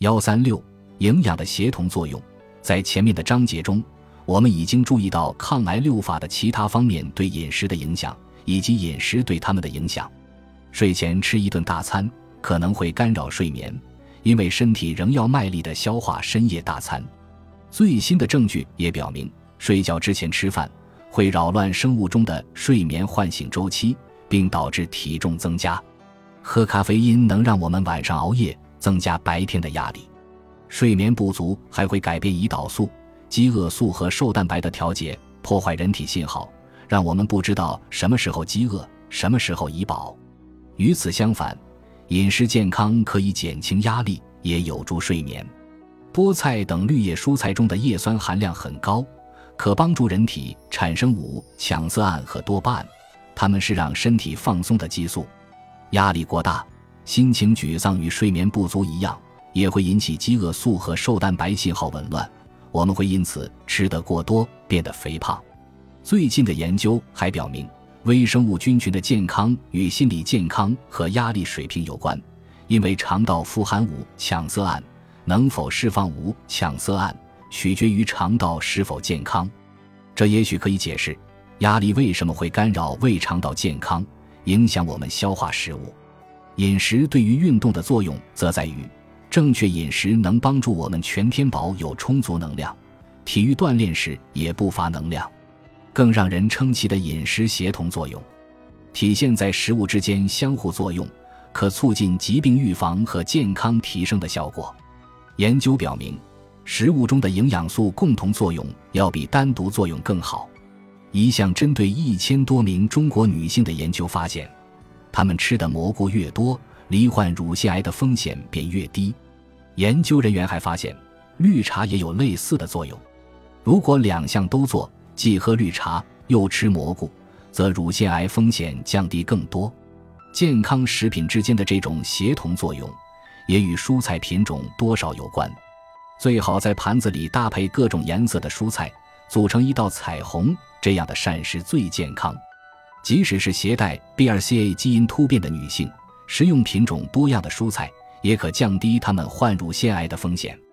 136营养的协同作用。在前面的章节中，我们已经注意到抗癌六法的其他方面对饮食的影响，以及饮食对它们的影响。睡前吃一顿大餐可能会干扰睡眠，因为身体仍要卖力地消化深夜大餐。最新的证据也表明，睡觉之前吃饭会扰乱生物钟的睡眠唤醒周期，并导致体重增加。喝咖啡因能让我们晚上熬夜，增加白天的压力。睡眠不足还会改变胰岛素、饥饿素和瘦蛋白的调节，破坏人体信号，让我们不知道什么时候饥饿，什么时候已饱。与此相反，饮食健康可以减轻压力，也有助睡眠。菠菜等绿叶蔬菜中的叶酸含量很高，可帮助人体产生5-羟色胺和多巴胺，它们是让身体放松的激素。压力过大，心情沮丧与睡眠不足一样，也会引起饥饿素和瘦蛋白信号紊乱，我们会因此吃得过多，变得肥胖。最近的研究还表明，微生物菌群的健康与心理健康和压力水平有关，因为肠道富含5-羟色胺，能否释放5-羟色胺取决于肠道是否健康。这也许可以解释压力为什么会干扰胃肠道健康，影响我们消化食物。饮食对于运动的作用则在于，正确饮食能帮助我们全天保有充足能量，体育锻炼时也不乏能量。更让人称奇的饮食协同作用，体现在食物之间相互作用，可促进疾病预防和健康提升的效果。研究表明，食物中的营养素共同作用要比单独作用更好。一项针对1000多名中国女性的研究发现，她们吃的蘑菇越多，罹患乳腺癌的风险便越低。研究人员还发现，绿茶也有类似的作用。如果2项都做，既喝绿茶又吃蘑菇，则乳腺癌风险降低更多。健康食品之间的这种协同作用，也与蔬菜品种多少有关。最好在盘子里搭配各种颜色的蔬菜，组成一道彩虹，这样的膳食最健康。即使是携带 BRCA 基因突变的女性，食用品种多样的蔬菜，也可降低她们患乳腺癌的风险。